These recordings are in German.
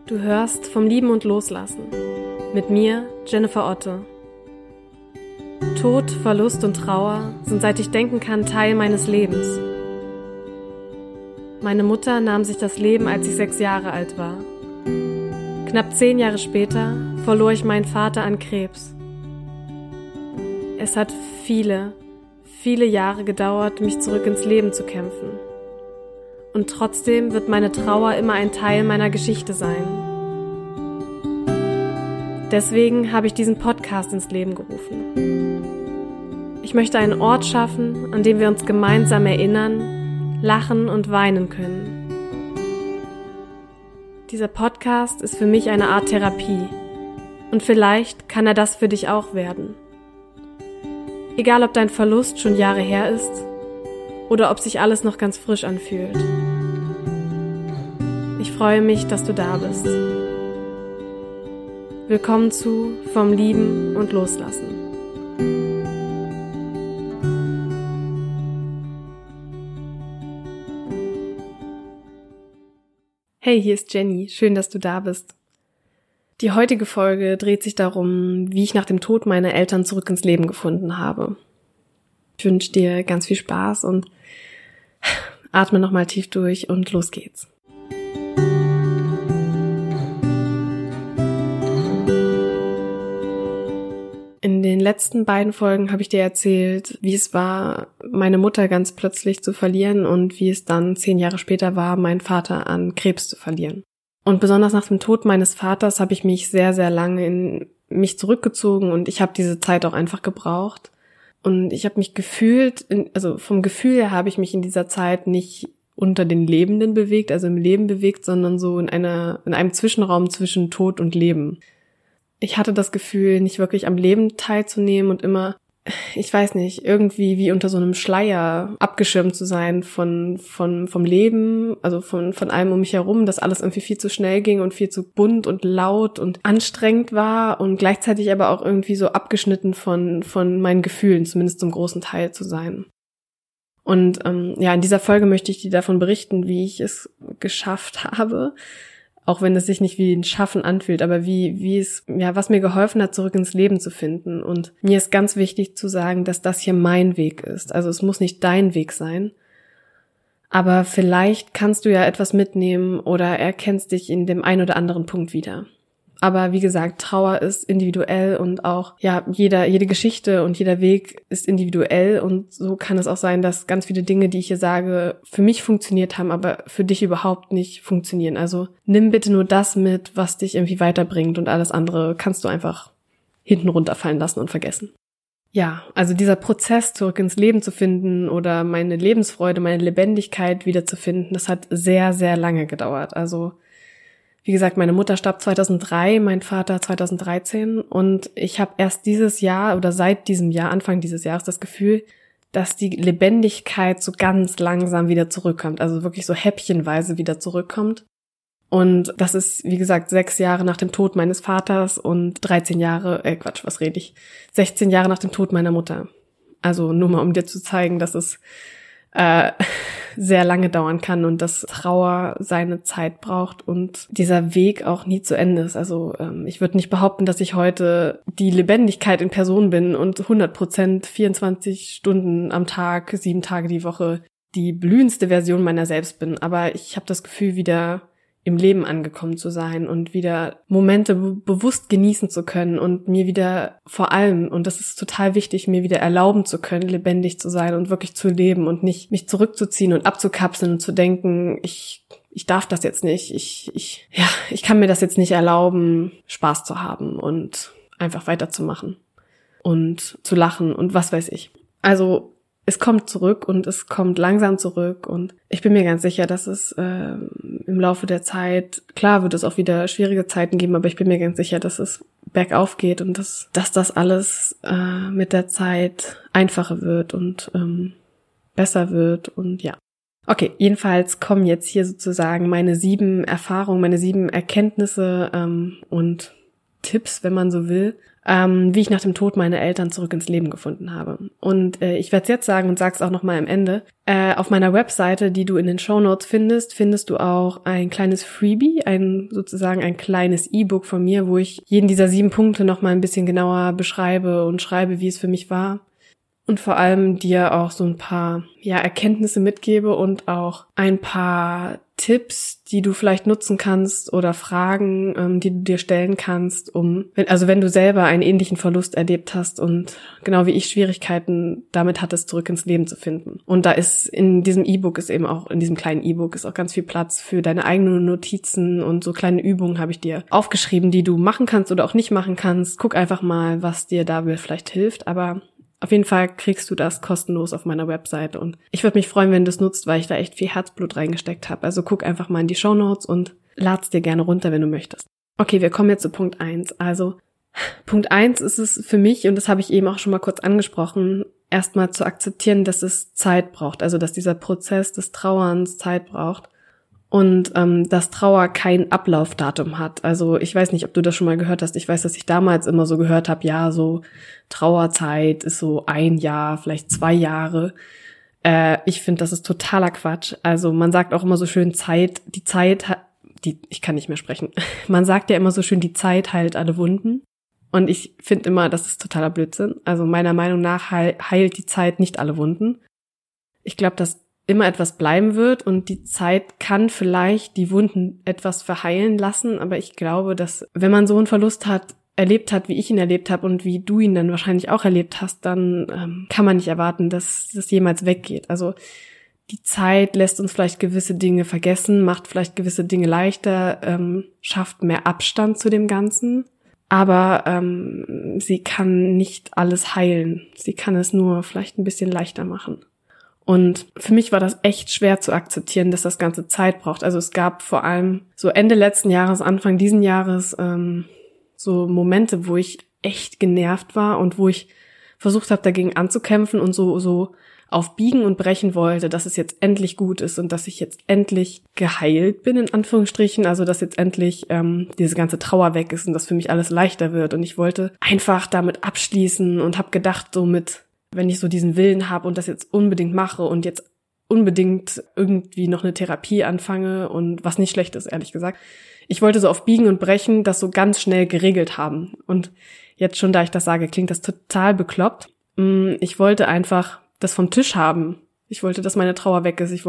Du hörst vom Lieben und Loslassen. Mit mir, Jennifer Otte. Tod, Verlust und Trauer sind, seit ich denken kann, Teil meines Lebens. Meine Mutter nahm sich das Leben, als ich 6 Jahre alt war. Knapp 10 Jahre später verlor ich meinen Vater an Krebs. Es hat viele Jahre gedauert, mich zurück ins Leben zu kämpfen. Und trotzdem wird meine Trauer immer ein Teil meiner Geschichte sein. Deswegen habe ich diesen Podcast ins Leben gerufen. Ich möchte einen Ort schaffen, an dem wir uns gemeinsam erinnern, lachen und weinen können. Dieser Podcast ist für mich eine Art Therapie. Und vielleicht kann er das für dich auch werden. Egal, ob dein Verlust schon Jahre her ist oder ob sich alles noch ganz frisch anfühlt. Ich freue mich, dass du da bist. Willkommen zu Vom Lieben und Loslassen. Hey, hier ist Jenny. Schön, dass du da bist. Die heutige Folge dreht sich darum, wie ich nach dem Tod meiner Eltern zurück ins Leben gefunden habe. Ich wünsche dir ganz viel Spaß und atme nochmal tief durch und los geht's. In den letzten beiden Folgen habe ich dir erzählt, wie es war, meine Mutter ganz plötzlich zu verlieren und wie es dann 10 Jahre später war, meinen Vater an Krebs zu verlieren. Und besonders nach dem Tod meines Vaters habe ich mich sehr, sehr lange in mich zurückgezogen und ich habe diese Zeit auch einfach gebraucht. Und ich habe mich gefühlt, also vom Gefühl her habe ich mich in dieser Zeit nicht unter den Lebenden bewegt, also im Leben bewegt, sondern so in einem Zwischenraum zwischen Tod und Leben. Ich hatte das Gefühl, nicht wirklich am Leben teilzunehmen und immer, ich weiß nicht, irgendwie wie unter so einem Schleier abgeschirmt zu sein vom Leben, also von allem um mich herum, dass alles irgendwie viel zu schnell ging und viel zu bunt und laut und anstrengend war und gleichzeitig aber auch irgendwie so abgeschnitten von meinen Gefühlen, zumindest zum großen Teil zu sein. Und in dieser Folge möchte ich dir davon berichten, wie ich es geschafft habe, auch wenn es sich nicht wie ein Schaffen anfühlt, aber was mir geholfen hat, zurück ins Leben zu finden. Und mir ist ganz wichtig zu sagen, dass das hier mein Weg ist. Also es muss nicht dein Weg sein. Aber vielleicht kannst du ja etwas mitnehmen oder erkennst dich in dem einen oder anderen Punkt wieder. Aber wie gesagt, Trauer ist individuell und auch, jede Geschichte und jeder Weg ist individuell und so kann es auch sein, dass ganz viele Dinge, die ich hier sage, für mich funktioniert haben, aber für dich überhaupt nicht funktionieren. Also nimm bitte nur das mit, was dich irgendwie weiterbringt und alles andere kannst du einfach hinten runterfallen lassen und vergessen. Ja, also dieser Prozess, zurück ins Leben zu finden oder meine Lebensfreude, meine Lebendigkeit wiederzufinden, das hat sehr, sehr lange gedauert. Also wie gesagt, meine Mutter starb 2003, mein Vater 2013 und ich habe erst dieses Jahr oder seit diesem Jahr, Anfang dieses Jahres, das Gefühl, dass die Lebendigkeit so ganz langsam wieder zurückkommt, also wirklich so häppchenweise wieder zurückkommt. Und das ist, wie gesagt, 6 Jahre nach dem Tod meines Vaters und 16 Jahre nach dem Tod meiner Mutter. Also nur mal, um dir zu zeigen, dass es sehr lange dauern kann und dass Trauer seine Zeit braucht und dieser Weg auch nie zu Ende ist. Also ich würde nicht behaupten, dass ich heute die Lebendigkeit in Person bin und 100% 24 Stunden am Tag, 7 Tage die Woche die blühendste Version meiner selbst bin. Aber ich habe das Gefühl, wieder im Leben angekommen zu sein und wieder Momente bewusst genießen zu können und mir wieder vor allem, und das ist total wichtig, mir wieder erlauben zu können, lebendig zu sein und wirklich zu leben und nicht mich zurückzuziehen und abzukapseln und zu denken, ich darf das jetzt nicht, ich kann mir das jetzt nicht erlauben, Spaß zu haben und einfach weiterzumachen und zu lachen und was weiß ich. Also es kommt zurück und es kommt langsam zurück und ich bin mir ganz sicher, dass es im Laufe der Zeit, klar wird es auch wieder schwierige Zeiten geben, aber ich bin mir ganz sicher, dass es bergauf geht und dass das alles mit der Zeit einfacher wird und besser wird und ja. Okay, jedenfalls kommen jetzt hier sozusagen meine 7 Erfahrungen, meine 7 Erkenntnisse und Tipps, wenn man so will, wie ich nach dem Tod meiner Eltern zurück ins Leben gefunden habe. Und ich werde es jetzt sagen und sag's auch nochmal am Ende. Auf meiner Webseite, die du in den Shownotes findest du auch ein kleines Freebie, sozusagen ein kleines E-Book von mir, wo ich jeden dieser 7 Punkte nochmal ein bisschen genauer beschreibe und schreibe, wie es für mich war. Und vor allem dir auch so ein paar Erkenntnisse mitgebe und auch ein paar Tipps, die du vielleicht nutzen kannst oder Fragen, die du dir stellen kannst, wenn du selber einen ähnlichen Verlust erlebt hast und genau wie ich Schwierigkeiten damit hattest, zurück ins Leben zu finden. Und da ist in diesem kleinen E-Book ist auch ganz viel Platz für deine eigenen Notizen und so kleine Übungen habe ich dir aufgeschrieben, die du machen kannst oder auch nicht machen kannst. Guck einfach mal, was dir da vielleicht hilft, aber auf jeden Fall kriegst du das kostenlos auf meiner Webseite und ich würde mich freuen, wenn du es nutzt, weil ich da echt viel Herzblut reingesteckt habe. Also guck einfach mal in die Shownotes und lad's dir gerne runter, wenn du möchtest. Okay, wir kommen jetzt zu Punkt 1. Also Punkt 1 ist es für mich, und das habe ich eben auch schon mal kurz angesprochen, erstmal zu akzeptieren, dass es Zeit braucht. Also dass dieser Prozess des Trauerns Zeit braucht. Und dass Trauer kein Ablaufdatum hat. Also ich weiß nicht, ob du das schon mal gehört hast. Ich weiß, dass ich damals immer so gehört habe, ja, so Trauerzeit ist so 1 Jahr, vielleicht 2 Jahre. Ich finde, das ist totaler Quatsch. Also man sagt auch immer so schön, ich kann nicht mehr sprechen. Man sagt ja immer so schön, die Zeit heilt alle Wunden. Und ich finde immer, das ist totaler Blödsinn. Also meiner Meinung nach heilt die Zeit nicht alle Wunden. Ich glaube, dass immer etwas bleiben wird und die Zeit kann vielleicht die Wunden etwas verheilen lassen, aber ich glaube, dass wenn man so einen Verlust erlebt hat, wie ich ihn erlebt habe und wie du ihn dann wahrscheinlich auch erlebt hast, dann kann man nicht erwarten, dass das jemals weggeht. Also die Zeit lässt uns vielleicht gewisse Dinge vergessen, macht vielleicht gewisse Dinge leichter, schafft mehr Abstand zu dem Ganzen, aber sie kann nicht alles heilen. Sie kann es nur vielleicht ein bisschen leichter machen. Und für mich war das echt schwer zu akzeptieren, dass das Ganze Zeit braucht. Also es gab vor allem so Ende letzten Jahres, Anfang diesen Jahres so Momente, wo ich echt genervt war und wo ich versucht habe, dagegen anzukämpfen und so auf Biegen und Brechen wollte, dass es jetzt endlich gut ist und dass ich jetzt endlich geheilt bin, in Anführungsstrichen. Also dass jetzt endlich diese ganze Trauer weg ist und dass für mich alles leichter wird. Und ich wollte einfach damit abschließen und habe gedacht, wenn ich so diesen Willen habe und das jetzt unbedingt mache und jetzt unbedingt irgendwie noch eine Therapie anfange und was nicht schlecht ist, ehrlich gesagt. Ich wollte so auf Biegen und Brechen das so ganz schnell geregelt haben. Und jetzt schon, da ich das sage, klingt das total bekloppt. Ich wollte einfach das vom Tisch haben. Ich wollte, dass meine Trauer weg ist. Ich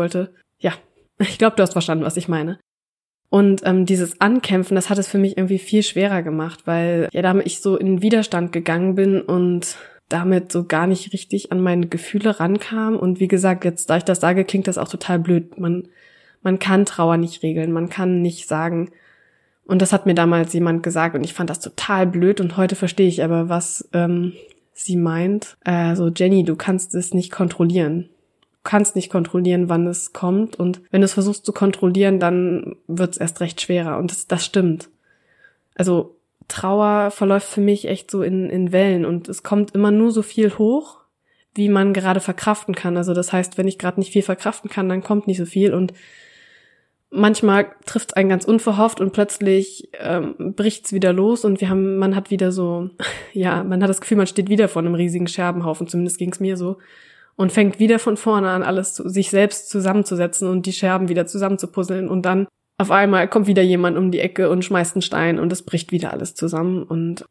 glaube, du hast verstanden, was ich meine. Und dieses Ankämpfen, das hat es für mich irgendwie viel schwerer gemacht, weil damit ich so in Widerstand gegangen bin und damit so gar nicht richtig an meine Gefühle rankam. Und wie gesagt, jetzt, da ich das sage, klingt das auch total blöd. Man kann Trauer nicht regeln, man kann nicht sagen, und das hat mir damals jemand gesagt und ich fand das total blöd und heute verstehe ich aber, was sie meint. Jenny, du kannst es nicht kontrollieren. Du kannst nicht kontrollieren, wann es kommt, und wenn du es versuchst zu kontrollieren, dann wird es erst recht schwerer, und das stimmt. Also Trauer verläuft für mich echt so in Wellen und es kommt immer nur so viel hoch, wie man gerade verkraften kann. Also das heißt, wenn ich gerade nicht viel verkraften kann, dann kommt nicht so viel, und manchmal trifft es einen ganz unverhofft und plötzlich bricht's wieder los und man hat wieder so, man hat das Gefühl, man steht wieder vor einem riesigen Scherbenhaufen, zumindest ging's mir so, und fängt wieder von vorne an, alles sich selbst zusammenzusetzen und die Scherben wieder zusammenzupuzzeln, und dann auf einmal kommt wieder jemand um die Ecke und schmeißt einen Stein und es bricht wieder alles zusammen. Und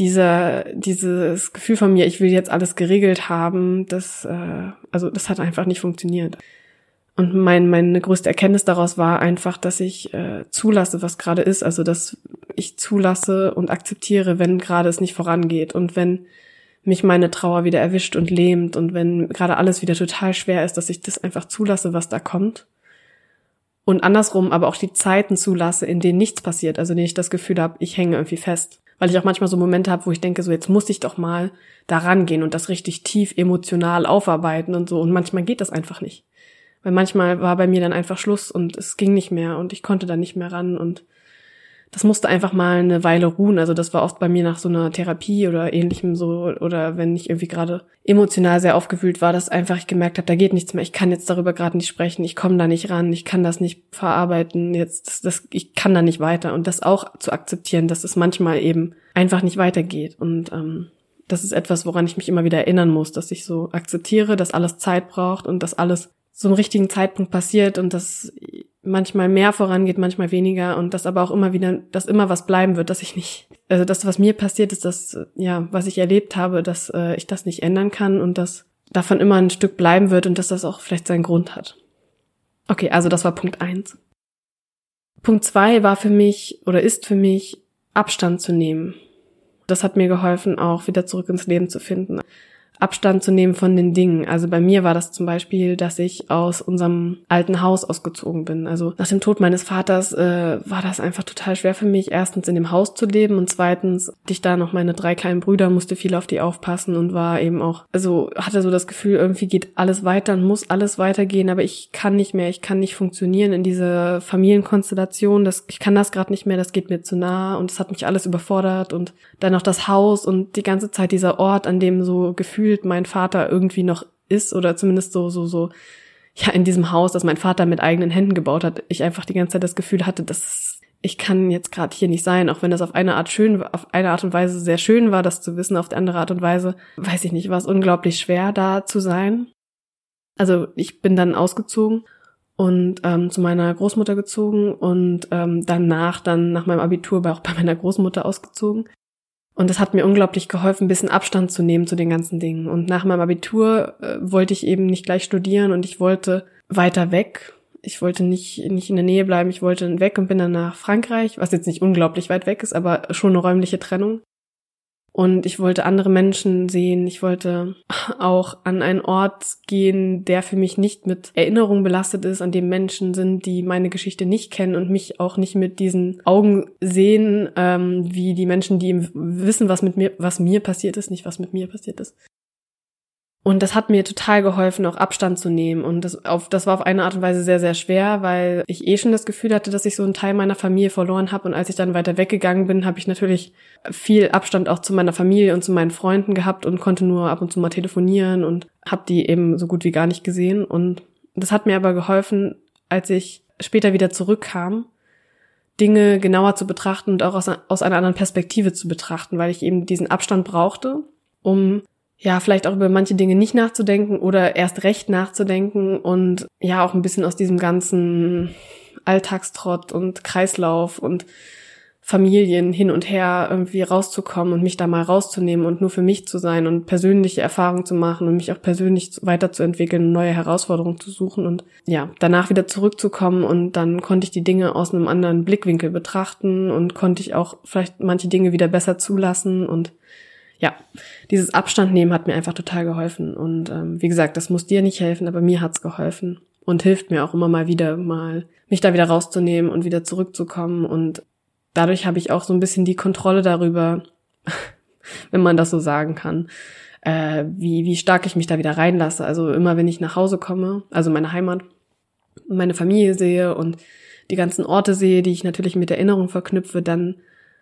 dieses Gefühl von mir, ich will jetzt alles geregelt haben, das hat einfach nicht funktioniert. Und meine größte Erkenntnis daraus war einfach, dass ich zulasse, was gerade ist. Also dass ich zulasse und akzeptiere, wenn gerade es nicht vorangeht und wenn mich meine Trauer wieder erwischt und lähmt und wenn gerade alles wieder total schwer ist, dass ich das einfach zulasse, was da kommt. Und andersrum aber auch die Zeiten zulasse, in denen nichts passiert, also in denen ich das Gefühl habe, ich hänge irgendwie fest. Weil ich auch manchmal so Momente habe, wo ich denke, so jetzt muss ich doch mal da rangehen und das richtig tief emotional aufarbeiten und so. Und manchmal geht das einfach nicht. Weil manchmal war bei mir dann einfach Schluss und es ging nicht mehr und ich konnte da nicht mehr ran. Und das musste einfach mal eine Weile ruhen. Also das war oft bei mir nach so einer Therapie oder ähnlichem so, oder wenn ich irgendwie gerade emotional sehr aufgewühlt war, dass einfach ich gemerkt habe, da geht nichts mehr. Ich kann jetzt darüber gerade nicht sprechen. Ich komme da nicht ran. Ich kann das nicht verarbeiten. Ich kann da nicht weiter. Und das auch zu akzeptieren, dass es manchmal eben einfach nicht weitergeht. Und das ist etwas, woran ich mich immer wieder erinnern muss, dass ich so akzeptiere, dass alles Zeit braucht und dass alles zum richtigen Zeitpunkt passiert und dass manchmal mehr vorangeht, manchmal weniger und dass aber auch immer wieder, dass immer was bleiben wird, dass ich nicht, also das, was mir passiert ist, das, ja, was ich erlebt habe, dass ich das nicht ändern kann und dass davon immer ein Stück bleiben wird und dass das auch vielleicht seinen Grund hat. Okay, also das war Punkt 1. Punkt 2 war für mich oder ist für mich, Abstand zu nehmen. Das hat mir geholfen, auch wieder zurück ins Leben zu finden. Abstand zu nehmen von den Dingen. Also bei mir war das zum Beispiel, dass ich aus unserem alten Haus ausgezogen bin. Also nach dem Tod meines Vaters war das einfach total schwer für mich, erstens in dem Haus zu leben und zweitens hatte ich da noch meine 3 kleinen Brüder, musste viel auf die aufpassen und war eben auch, also hatte so das Gefühl, irgendwie geht alles weiter und muss alles weitergehen, aber ich kann nicht mehr, ich kann nicht funktionieren in dieser Familienkonstellation, ich kann das gerade nicht mehr, das geht mir zu nah und es hat mich alles überfordert und dann noch das Haus und die ganze Zeit dieser Ort, an dem so gefühlt mein Vater irgendwie noch ist oder zumindest so ja in diesem Haus, das mein Vater mit eigenen Händen gebaut hat, ich einfach die ganze Zeit das Gefühl hatte, dass ich kann jetzt gerade hier nicht sein, auch wenn das auf eine Art und Weise sehr schön war, das zu wissen, auf die andere Art und Weise, weiß ich nicht, war es unglaublich schwer, da zu sein. Also ich bin dann ausgezogen und zu meiner Großmutter gezogen und danach dann nach meinem Abitur auch bei meiner Großmutter ausgezogen. Und das hat mir unglaublich geholfen, ein bisschen Abstand zu nehmen zu den ganzen Dingen. Und nach meinem Abitur wollte ich eben nicht gleich studieren und ich wollte weiter weg. Ich wollte nicht in der Nähe bleiben, ich wollte weg und bin dann nach Frankreich, was jetzt nicht unglaublich weit weg ist, aber schon eine räumliche Trennung. Und ich wollte andere Menschen sehen, ich wollte auch an einen Ort gehen, der für mich nicht mit Erinnerungen belastet ist, an dem Menschen sind, die meine Geschichte nicht kennen und mich auch nicht mit diesen Augen sehen, wie die Menschen, die wissen, was mir passiert ist, nicht was mit mir passiert ist. Und das hat mir total geholfen, auch Abstand zu nehmen. Und das war auf eine Art und Weise sehr, sehr schwer, weil ich schon das Gefühl hatte, dass ich so einen Teil meiner Familie verloren habe. Und als ich dann weiter weggegangen bin, habe ich natürlich viel Abstand auch zu meiner Familie und zu meinen Freunden gehabt und konnte nur ab und zu mal telefonieren und habe die eben so gut wie gar nicht gesehen. Und das hat mir aber geholfen, als ich später wieder zurückkam, Dinge genauer zu betrachten und auch aus einer anderen Perspektive zu betrachten, weil ich eben diesen Abstand brauchte, um ja, vielleicht auch über manche Dinge nicht nachzudenken oder erst recht nachzudenken und ja, auch ein bisschen aus diesem ganzen Alltagstrott und Kreislauf und Familien hin und her irgendwie rauszukommen und mich da mal rauszunehmen und nur für mich zu sein und persönliche Erfahrungen zu machen und mich auch persönlich weiterzuentwickeln und neue Herausforderungen zu suchen und ja, danach wieder zurückzukommen und dann konnte ich die Dinge aus einem anderen Blickwinkel betrachten und konnte ich auch vielleicht manche Dinge wieder besser zulassen und ja, dieses Abstand nehmen hat mir einfach total geholfen und wie gesagt, das muss dir nicht helfen, aber mir hat's geholfen und hilft mir auch immer mal wieder mich da wieder rauszunehmen und wieder zurückzukommen und dadurch habe ich auch so ein bisschen die Kontrolle darüber, wenn man das so sagen kann, wie stark ich mich da wieder reinlasse. Also immer wenn ich nach Hause komme, also meine Heimat, meine Familie sehe und die ganzen Orte sehe, die ich natürlich mit Erinnerung verknüpfe, dann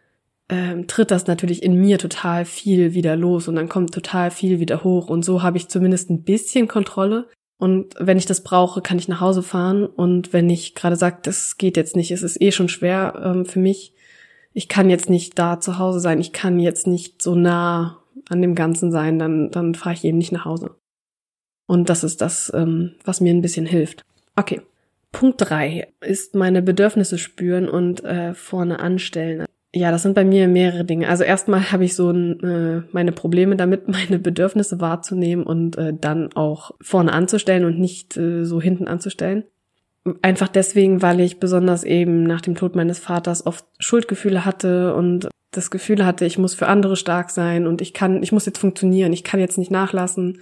tritt das natürlich in mir total viel wieder los und dann kommt total viel wieder hoch und so habe ich zumindest ein bisschen Kontrolle und wenn ich das brauche, kann ich nach Hause fahren und wenn ich gerade sage, das geht jetzt nicht, es ist schon schwer für mich, ich kann jetzt nicht da zu Hause sein, ich kann jetzt nicht so nah an dem Ganzen sein, dann fahre ich eben nicht nach Hause. Und das ist das, was mir ein bisschen hilft. Okay, Punkt 3 ist meine Bedürfnisse spüren und vorne anstellen. Ja, das sind bei mir mehrere Dinge. Also erstmal habe ich so meine Probleme damit, meine Bedürfnisse wahrzunehmen und dann auch vorne anzustellen und nicht so hinten anzustellen. Einfach deswegen, weil ich besonders eben nach dem Tod meines Vaters oft Schuldgefühle hatte und das Gefühl hatte, ich muss für andere stark sein und ich muss jetzt funktionieren, ich kann jetzt nicht nachlassen.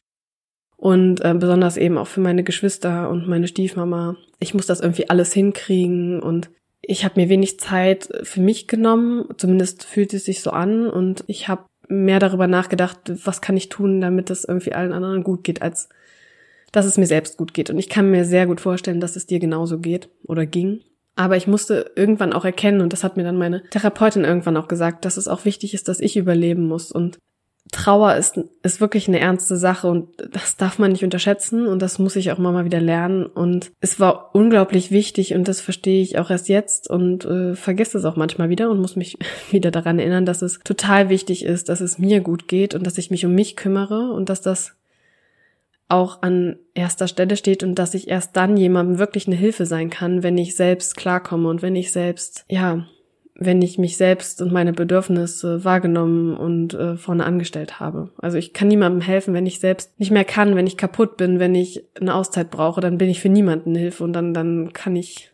Und besonders eben auch für meine Geschwister und meine Stiefmama. Ich muss das irgendwie alles hinkriegen und ich habe mir wenig Zeit für mich genommen, zumindest fühlt es sich so an und ich habe mehr darüber nachgedacht, was kann ich tun, damit es irgendwie allen anderen gut geht, als dass es mir selbst gut geht. Und ich kann mir sehr gut vorstellen, dass es dir genauso geht oder ging. Aber ich musste irgendwann auch erkennen, und das hat mir dann meine Therapeutin irgendwann auch gesagt, dass es auch wichtig ist, dass ich überleben muss. Und Trauer ist wirklich eine ernste Sache und das darf man nicht unterschätzen und das muss ich auch immer mal wieder lernen. Und es war unglaublich wichtig und das verstehe ich auch erst jetzt und vergesse es auch manchmal wieder und muss mich wieder daran erinnern, dass es total wichtig ist, dass es mir gut geht und dass ich mich um mich kümmere und dass das auch an erster Stelle steht und dass ich erst dann jemandem wirklich eine Hilfe sein kann, wenn ich selbst klarkomme und wenn ich mich selbst und meine Bedürfnisse wahrgenommen und vorne angestellt habe. Also ich kann niemandem helfen, wenn ich selbst nicht mehr kann, wenn ich kaputt bin, wenn ich eine Auszeit brauche, dann bin ich für niemanden eine Hilfe und dann kann ich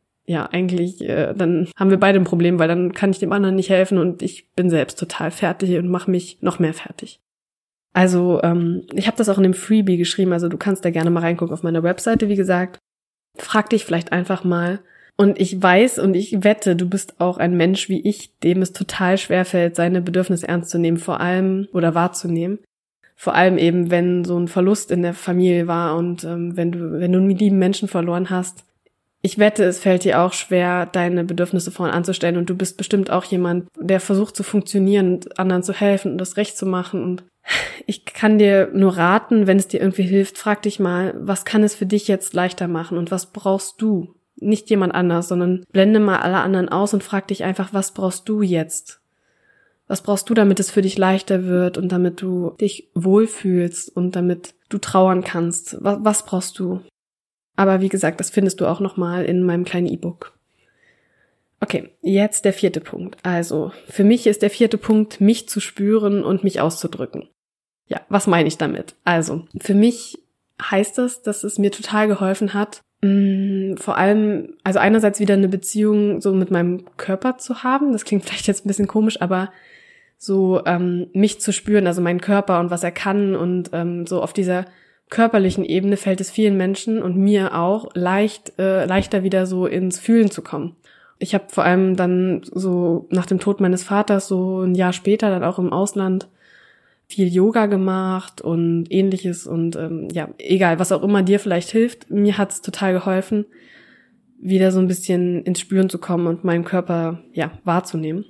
dann haben wir beide ein Problem, weil dann kann ich dem anderen nicht helfen und ich bin selbst total fertig und mache mich noch mehr fertig. Also ich habe das auch in dem Freebie geschrieben, also du kannst da gerne mal reingucken auf meiner Webseite, wie gesagt. Frag dich vielleicht einfach mal. Und ich weiß und ich wette, du bist auch ein Mensch wie ich, dem es total schwerfällt, seine Bedürfnisse ernst zu nehmen, vor allem oder wahrzunehmen. Vor allem eben, wenn so ein Verlust in der Familie war und wenn du einen lieben Menschen verloren hast. Ich wette, es fällt dir auch schwer, deine Bedürfnisse vorne anzustellen und du bist bestimmt auch jemand, der versucht zu funktionieren und anderen zu helfen und das recht zu machen. Und ich kann dir nur raten, wenn es dir irgendwie hilft, frag dich mal, was kann es für dich jetzt leichter machen und was brauchst du? Nicht jemand anders, sondern blende mal alle anderen aus und frag dich einfach, was brauchst du jetzt? Was brauchst du, damit es für dich leichter wird und damit du dich wohlfühlst und damit du trauern kannst? Was brauchst du? Aber wie gesagt, das findest du auch nochmal in meinem kleinen E-Book. Okay, jetzt der 4. Punkt. Also, für mich ist der 4. Punkt, mich zu spüren und mich auszudrücken. Ja, was meine ich damit? Also, für mich heißt das, dass es mir total geholfen hat, vor allem, also einerseits wieder eine Beziehung so mit meinem Körper zu haben. Das klingt vielleicht jetzt ein bisschen komisch, aber so mich zu spüren, also meinen Körper und was er kann und so auf dieser körperlichen Ebene fällt es vielen Menschen und mir auch leichter wieder so ins Fühlen zu kommen. Ich habe vor allem dann so nach dem Tod meines Vaters so ein Jahr später dann auch im Ausland viel Yoga gemacht und ähnliches und egal, was auch immer dir vielleicht hilft, mir hat's total geholfen, wieder so ein bisschen ins Spüren zu kommen und meinen Körper wahrzunehmen.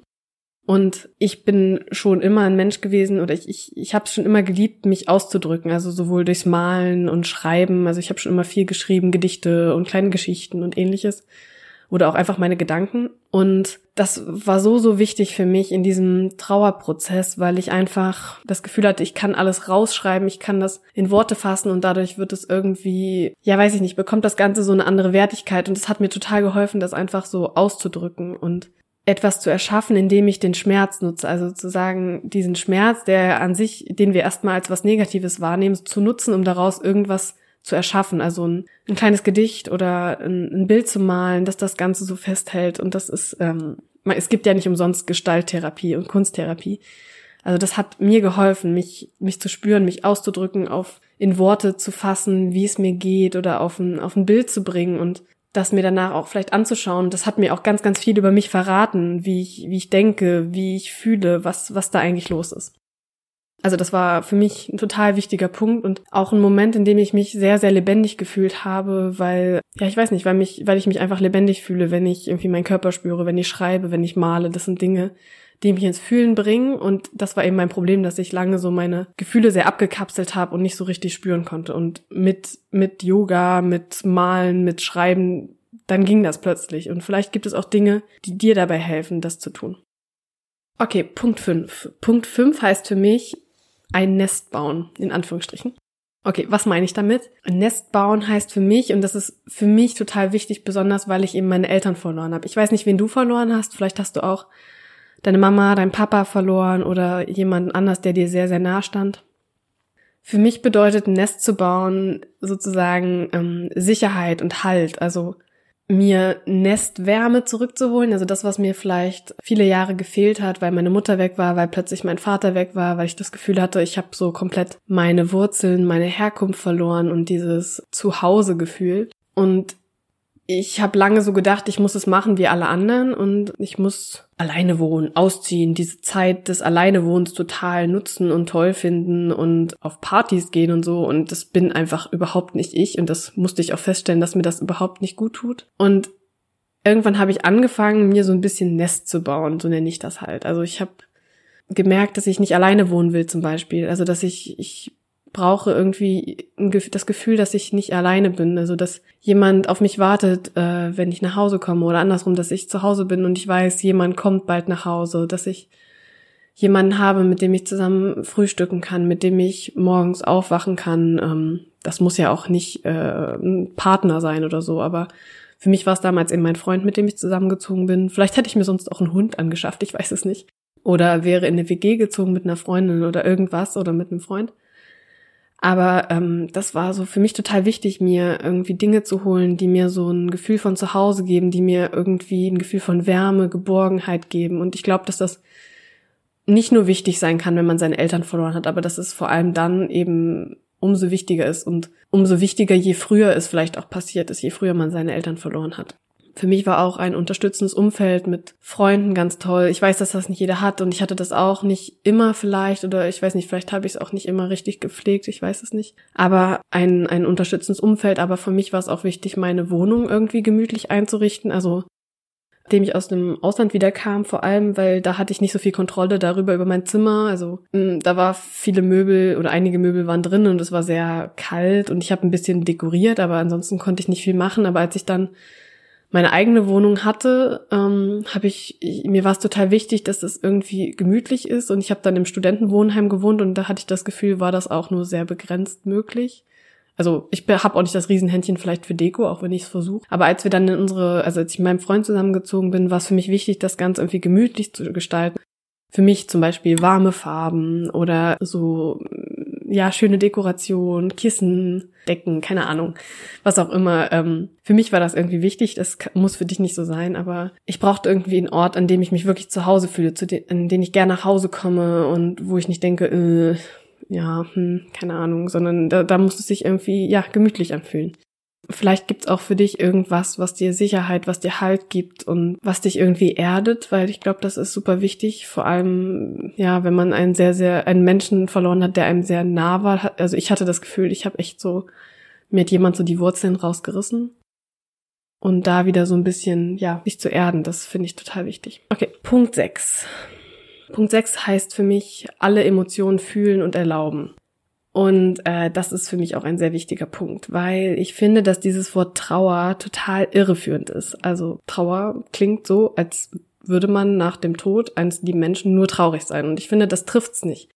Und ich bin schon immer ein Mensch gewesen oder ich habe es schon immer geliebt, mich auszudrücken, also sowohl durchs Malen und Schreiben, also ich habe schon immer viel geschrieben, Gedichte und kleine Geschichten und ähnliches. Oder auch einfach meine Gedanken. Und das war so wichtig für mich in diesem Trauerprozess, weil ich einfach das Gefühl hatte, ich kann alles rausschreiben, ich kann das in Worte fassen und dadurch wird es irgendwie, bekommt das Ganze so eine andere Wertigkeit. Und es hat mir total geholfen, das einfach so auszudrücken und etwas zu erschaffen, indem ich den Schmerz nutze. Also sozusagen diesen Schmerz, der an sich, den wir erstmal als was Negatives wahrnehmen, zu nutzen, um daraus irgendwas zu erschaffen, also ein kleines Gedicht oder ein Bild zu malen, das das Ganze so festhält. Und das ist, es gibt ja nicht umsonst Gestalttherapie und Kunsttherapie. Also das hat mir geholfen, mich zu spüren, mich auszudrücken, in Worte zu fassen, wie es mir geht oder auf ein Bild zu bringen und das mir danach auch vielleicht anzuschauen. Das hat mir auch ganz, ganz viel über mich verraten, wie ich denke, wie ich fühle, was da eigentlich los ist. Also das war für mich ein total wichtiger Punkt und auch ein Moment, in dem ich mich sehr, sehr lebendig gefühlt habe, weil ich mich einfach lebendig fühle, wenn ich irgendwie meinen Körper spüre, wenn ich schreibe, wenn ich male. Das sind Dinge, die mich ins Fühlen bringen und das war eben mein Problem, dass ich lange so meine Gefühle sehr abgekapselt habe und nicht so richtig spüren konnte. Und mit Yoga, mit Malen, mit Schreiben, dann ging das plötzlich. Und vielleicht gibt es auch Dinge, die dir dabei helfen, das zu tun. Okay, Punkt 5. Punkt 5 heißt für mich, ein Nest bauen, in Anführungsstrichen. Okay, was meine ich damit? Ein Nest bauen heißt für mich, und das ist für mich total wichtig, besonders weil ich eben meine Eltern verloren habe. Ich weiß nicht, wen du verloren hast, vielleicht hast du auch deine Mama, deinen Papa verloren oder jemanden anders, der dir sehr, sehr nahe stand. Für mich bedeutet ein Nest zu bauen sozusagen Sicherheit und Halt, also mir Nestwärme zurückzuholen, also das, was mir vielleicht viele Jahre gefehlt hat, weil meine Mutter weg war, weil plötzlich mein Vater weg war, weil ich das Gefühl hatte, ich habe so komplett meine Wurzeln, meine Herkunft verloren und dieses Zuhause-Gefühl. Und ich habe lange so gedacht, ich muss es machen wie alle anderen und ich muss alleine wohnen, ausziehen, diese Zeit des Alleinewohnens total nutzen und toll finden und auf Partys gehen und so. Und das bin einfach überhaupt nicht ich und das musste ich auch feststellen, dass mir das überhaupt nicht gut tut. Und irgendwann habe ich angefangen, mir so ein bisschen Nest zu bauen, so nenne ich das halt. Also ich habe gemerkt, dass ich nicht alleine wohnen will zum Beispiel. Also dass ich brauche irgendwie das Gefühl, dass ich nicht alleine bin. Also dass jemand auf mich wartet, wenn ich nach Hause komme oder andersrum, dass ich zu Hause bin und ich weiß, jemand kommt bald nach Hause, dass ich jemanden habe, mit dem ich zusammen frühstücken kann, mit dem ich morgens aufwachen kann. Das muss ja auch nicht ein Partner sein oder so, aber für mich war es damals eben mein Freund, mit dem ich zusammengezogen bin. Vielleicht hätte ich mir sonst auch einen Hund angeschafft, ich weiß es nicht. Oder wäre in eine WG gezogen mit einer Freundin oder irgendwas oder mit einem Freund. Aber das war so für mich total wichtig, mir irgendwie Dinge zu holen, die mir so ein Gefühl von Zuhause geben, die mir irgendwie ein Gefühl von Wärme, Geborgenheit geben. Und ich glaube, dass das nicht nur wichtig sein kann, wenn man seine Eltern verloren hat, aber dass es vor allem dann eben umso wichtiger ist und umso wichtiger, je früher es vielleicht auch passiert ist, je früher man seine Eltern verloren hat. Für mich war auch ein unterstützendes Umfeld mit Freunden ganz toll. Ich weiß, dass das nicht jeder hat und ich hatte das auch nicht immer vielleicht oder ich weiß nicht, vielleicht habe ich es auch nicht immer richtig gepflegt, ich weiß es nicht. Aber ein unterstützendes Umfeld, aber für mich war es auch wichtig, meine Wohnung irgendwie gemütlich einzurichten, also nachdem ich aus dem Ausland wieder kam, vor allem, weil da hatte ich nicht so viel Kontrolle darüber, über mein Zimmer. Also da war viele Möbel oder einige Möbel waren drin und es war sehr kalt und ich habe ein bisschen dekoriert, aber ansonsten konnte ich nicht viel machen. Aber als ich dann meine eigene Wohnung hatte, mir war es total wichtig, dass das irgendwie gemütlich ist und ich habe dann im Studentenwohnheim gewohnt und da hatte ich das Gefühl, war das auch nur sehr begrenzt möglich. Also ich habe auch nicht das Riesenhändchen vielleicht für Deko, auch wenn ich es versuche. Aber als wir dann als ich mit meinem Freund zusammengezogen bin, war es für mich wichtig, das Ganze irgendwie gemütlich zu gestalten. Für mich zum Beispiel warme Farben oder so, ja, schöne Dekoration, Kissen, Decken, keine Ahnung, was auch immer. Für mich war das irgendwie wichtig, das muss für dich nicht so sein, aber ich brauchte irgendwie einen Ort, an dem ich mich wirklich zu Hause fühle, an den ich gerne nach Hause komme und wo ich nicht denke, keine Ahnung, sondern da muss es sich irgendwie, ja, gemütlich anfühlen. Vielleicht gibt's auch für dich irgendwas, was dir Sicherheit, was dir Halt gibt und was dich irgendwie erdet, weil ich glaube, das ist super wichtig, vor allem, ja, wenn man einen Menschen verloren hat, der einem sehr nah war. Also ich hatte das Gefühl, ich habe echt so, mir hat jemand so die Wurzeln rausgerissen und da wieder so ein bisschen, ja, sich zu erden, das finde ich total wichtig. Okay, Punkt 6. Punkt 6 heißt für mich, alle Emotionen fühlen und erlauben. Und das ist für mich auch ein sehr wichtiger Punkt, weil ich finde, dass dieses Wort Trauer total irreführend ist. Also Trauer klingt so, als würde man nach dem Tod eines lieben Menschen nur traurig sein. Und ich finde, das trifft's nicht.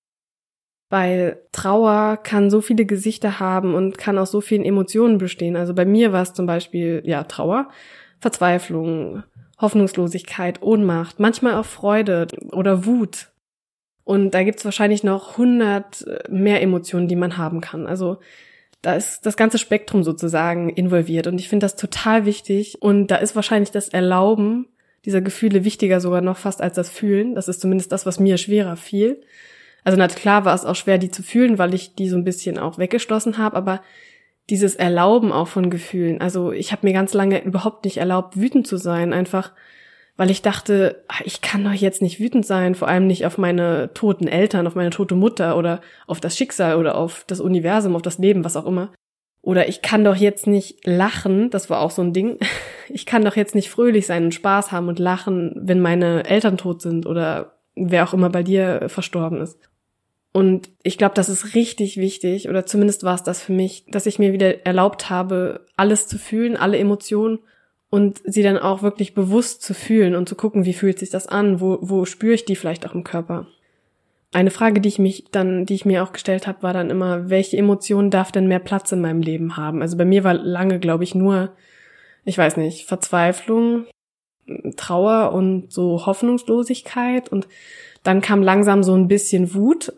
Weil Trauer kann so viele Gesichter haben und kann aus so vielen Emotionen bestehen. Also bei mir war es zum Beispiel, ja, Trauer, Verzweiflung, Hoffnungslosigkeit, Ohnmacht, manchmal auch Freude oder Wut. Und da gibt's wahrscheinlich noch 100 mehr Emotionen, die man haben kann. Also da ist das ganze Spektrum sozusagen involviert und ich finde das total wichtig. Und da ist wahrscheinlich das Erlauben dieser Gefühle wichtiger sogar noch fast als das Fühlen. Das ist zumindest das, was mir schwerer fiel. Also na klar war es auch schwer, die zu fühlen, weil ich die so ein bisschen auch weggeschlossen habe, aber dieses Erlauben auch von Gefühlen. Also ich habe mir ganz lange überhaupt nicht erlaubt, wütend zu sein, einfach weil ich dachte, ich kann doch jetzt nicht wütend sein, vor allem nicht auf meine toten Eltern, auf meine tote Mutter oder auf das Schicksal oder auf das Universum, auf das Leben, was auch immer. Oder ich kann doch jetzt nicht lachen, das war auch so ein Ding. Ich kann doch jetzt nicht fröhlich sein und Spaß haben und lachen, wenn meine Eltern tot sind oder wer auch immer bei dir verstorben ist. Und ich glaube, das ist richtig wichtig, oder zumindest war es das für mich, dass ich mir wieder erlaubt habe, alles zu fühlen, alle Emotionen und sie dann auch wirklich bewusst zu fühlen und zu gucken, wie fühlt sich das an, wo spüre ich die vielleicht auch im Körper. Eine Frage, die ich mir auch gestellt habe, war dann immer, welche Emotion darf denn mehr Platz in meinem Leben haben? Also bei mir war lange, glaube ich, nur, ich weiß nicht, Verzweiflung, Trauer und so Hoffnungslosigkeit und dann kam langsam so ein bisschen Wut.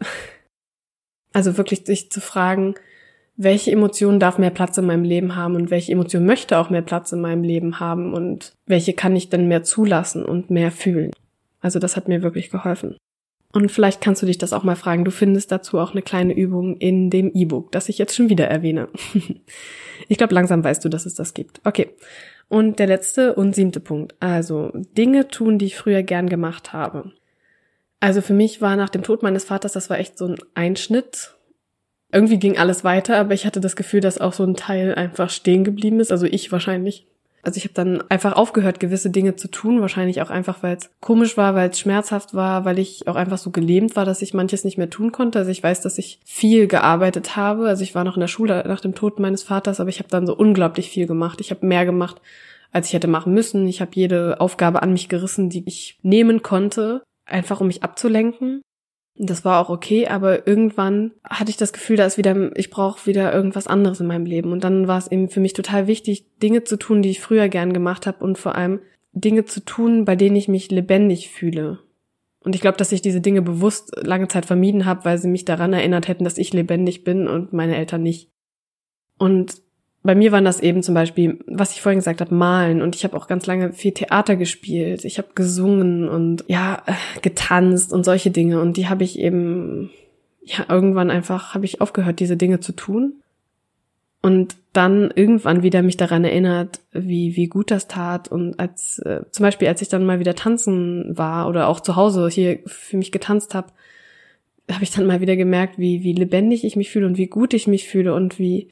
Also wirklich sich zu fragen, welche Emotion darf mehr Platz in meinem Leben haben und welche Emotion möchte auch mehr Platz in meinem Leben haben und welche kann ich denn mehr zulassen und mehr fühlen. Also das hat mir wirklich geholfen. Und vielleicht kannst du dich das auch mal fragen. Du findest dazu auch eine kleine Übung in dem E-Book, das ich jetzt schon wieder erwähne. Ich glaube, langsam weißt du, dass es das gibt. Okay. Und der letzte und 7. Punkt. Also Dinge tun, die ich früher gern gemacht habe. Also für mich war nach dem Tod meines Vaters, das war echt so ein Einschnitt. Irgendwie ging alles weiter, aber ich hatte das Gefühl, dass auch so ein Teil einfach stehen geblieben ist. Also ich wahrscheinlich. Also ich habe dann einfach aufgehört, gewisse Dinge zu tun, wahrscheinlich auch einfach, weil es komisch war, weil es schmerzhaft war, weil ich auch einfach so gelähmt war, dass ich manches nicht mehr tun konnte. Also ich weiß, dass ich viel gearbeitet habe. Also ich war noch in der Schule nach dem Tod meines Vaters, aber ich habe dann so unglaublich viel gemacht. Ich habe mehr gemacht, als ich hätte machen müssen. Ich habe jede Aufgabe an mich gerissen, die ich nehmen konnte, einfach um mich abzulenken. Das war auch okay, aber irgendwann hatte ich das Gefühl, ich brauche wieder irgendwas anderes in meinem Leben. Und dann war es eben für mich total wichtig, Dinge zu tun, die ich früher gern gemacht habe und vor allem Dinge zu tun, bei denen ich mich lebendig fühle. Und ich glaube, dass ich diese Dinge bewusst lange Zeit vermieden habe, weil sie mich daran erinnert hätten, dass ich lebendig bin und meine Eltern nicht. Und bei mir waren das eben zum Beispiel, was ich vorhin gesagt habe, malen. Und ich habe auch ganz lange viel Theater gespielt. Ich habe gesungen und getanzt und solche Dinge. Und die habe ich eben, irgendwann einfach, habe ich aufgehört, diese Dinge zu tun. Und dann irgendwann wieder mich daran erinnert, wie gut das tat. Und zum Beispiel, als ich dann mal wieder tanzen war oder auch zu Hause hier für mich getanzt habe ich dann mal wieder gemerkt, wie lebendig ich mich fühle und wie gut ich mich fühle und wie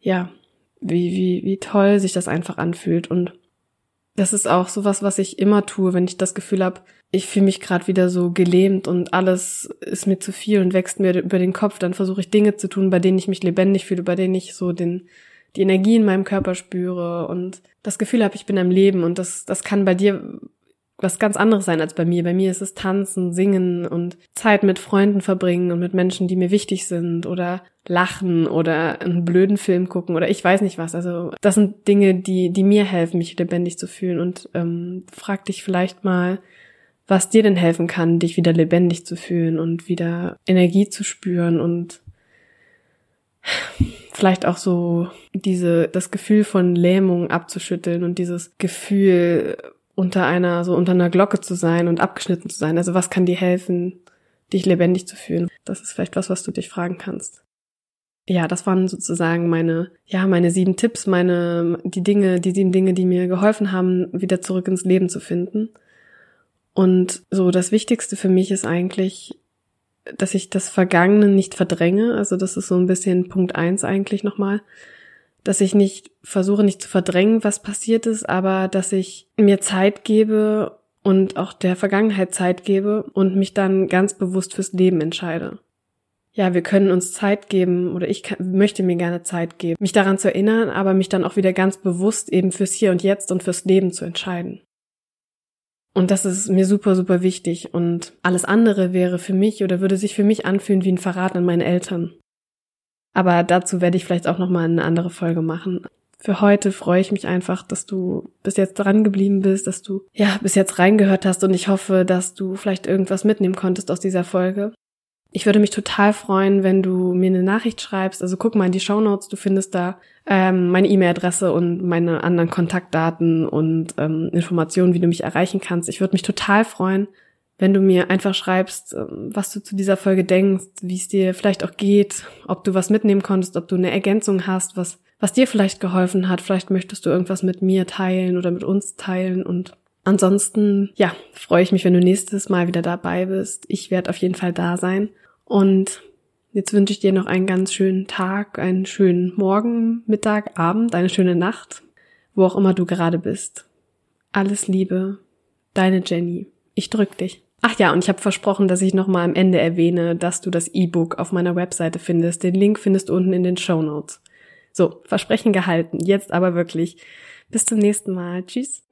toll sich das einfach anfühlt. Und das ist auch sowas, was ich immer tue, wenn ich das Gefühl habe, ich fühle mich gerade wieder so gelähmt und alles ist mir zu viel und wächst mir über den Kopf, dann versuche ich Dinge zu tun, bei denen ich mich lebendig fühle, bei denen ich so die Energie in meinem Körper spüre und das Gefühl habe, ich bin am Leben. Und das kann bei dir was ganz anderes sein als bei mir. Bei mir ist es Tanzen, Singen und Zeit mit Freunden verbringen und mit Menschen, die mir wichtig sind oder lachen oder einen blöden Film gucken oder ich weiß nicht was. Also das sind Dinge, die mir helfen, mich lebendig zu fühlen. Und frag dich vielleicht mal, was dir denn helfen kann, dich wieder lebendig zu fühlen und wieder Energie zu spüren und vielleicht auch so das Gefühl von Lähmung abzuschütteln und dieses Gefühl unter einer Glocke zu sein und abgeschnitten zu sein. Also was kann dir helfen, dich lebendig zu fühlen? Das ist vielleicht was du dich fragen kannst. Ja, das waren sozusagen meine 7 Tipps, die 7 Dinge, die mir geholfen haben, wieder zurück ins Leben zu finden. Und so das Wichtigste für mich ist eigentlich, dass ich das Vergangene nicht verdränge. Also das ist so ein bisschen Punkt 1 eigentlich nochmal. Dass ich nicht versuche, nicht zu verdrängen, was passiert ist, aber dass ich mir Zeit gebe und auch der Vergangenheit Zeit gebe und mich dann ganz bewusst fürs Leben entscheide. Ja, wir können uns Zeit geben oder möchte mir gerne Zeit geben, mich daran zu erinnern, aber mich dann auch wieder ganz bewusst eben fürs Hier und Jetzt und fürs Leben zu entscheiden. Und das ist mir super, super wichtig und alles andere wäre für mich oder würde sich für mich anfühlen wie ein Verrat an meine Eltern. Aber dazu werde ich vielleicht auch nochmal eine andere Folge machen. Für heute freue ich mich einfach, dass du bis jetzt dran geblieben bist, dass du bis jetzt reingehört hast und ich hoffe, dass du vielleicht irgendwas mitnehmen konntest aus dieser Folge. Ich würde mich total freuen, wenn du mir eine Nachricht schreibst. Also guck mal in die Shownotes, du findest da meine E-Mail-Adresse und meine anderen Kontaktdaten und Informationen, wie du mich erreichen kannst. Ich würde mich total freuen, wenn du mir einfach schreibst, was du zu dieser Folge denkst, wie es dir vielleicht auch geht, ob du was mitnehmen konntest, ob du eine Ergänzung hast, was dir vielleicht geholfen hat. Vielleicht möchtest du irgendwas mit mir teilen oder mit uns teilen. Und ansonsten, freue ich mich, wenn du nächstes Mal wieder dabei bist. Ich werde auf jeden Fall da sein. Und jetzt wünsche ich dir noch einen ganz schönen Tag, einen schönen Morgen, Mittag, Abend, eine schöne Nacht, wo auch immer du gerade bist. Alles Liebe, deine Jenny. Ich drück dich. Ach ja, und ich habe versprochen, dass ich nochmal am Ende erwähne, dass du das E-Book auf meiner Webseite findest. Den Link findest du unten in den Shownotes. So, Versprechen gehalten. Jetzt aber wirklich. Bis zum nächsten Mal. Tschüss.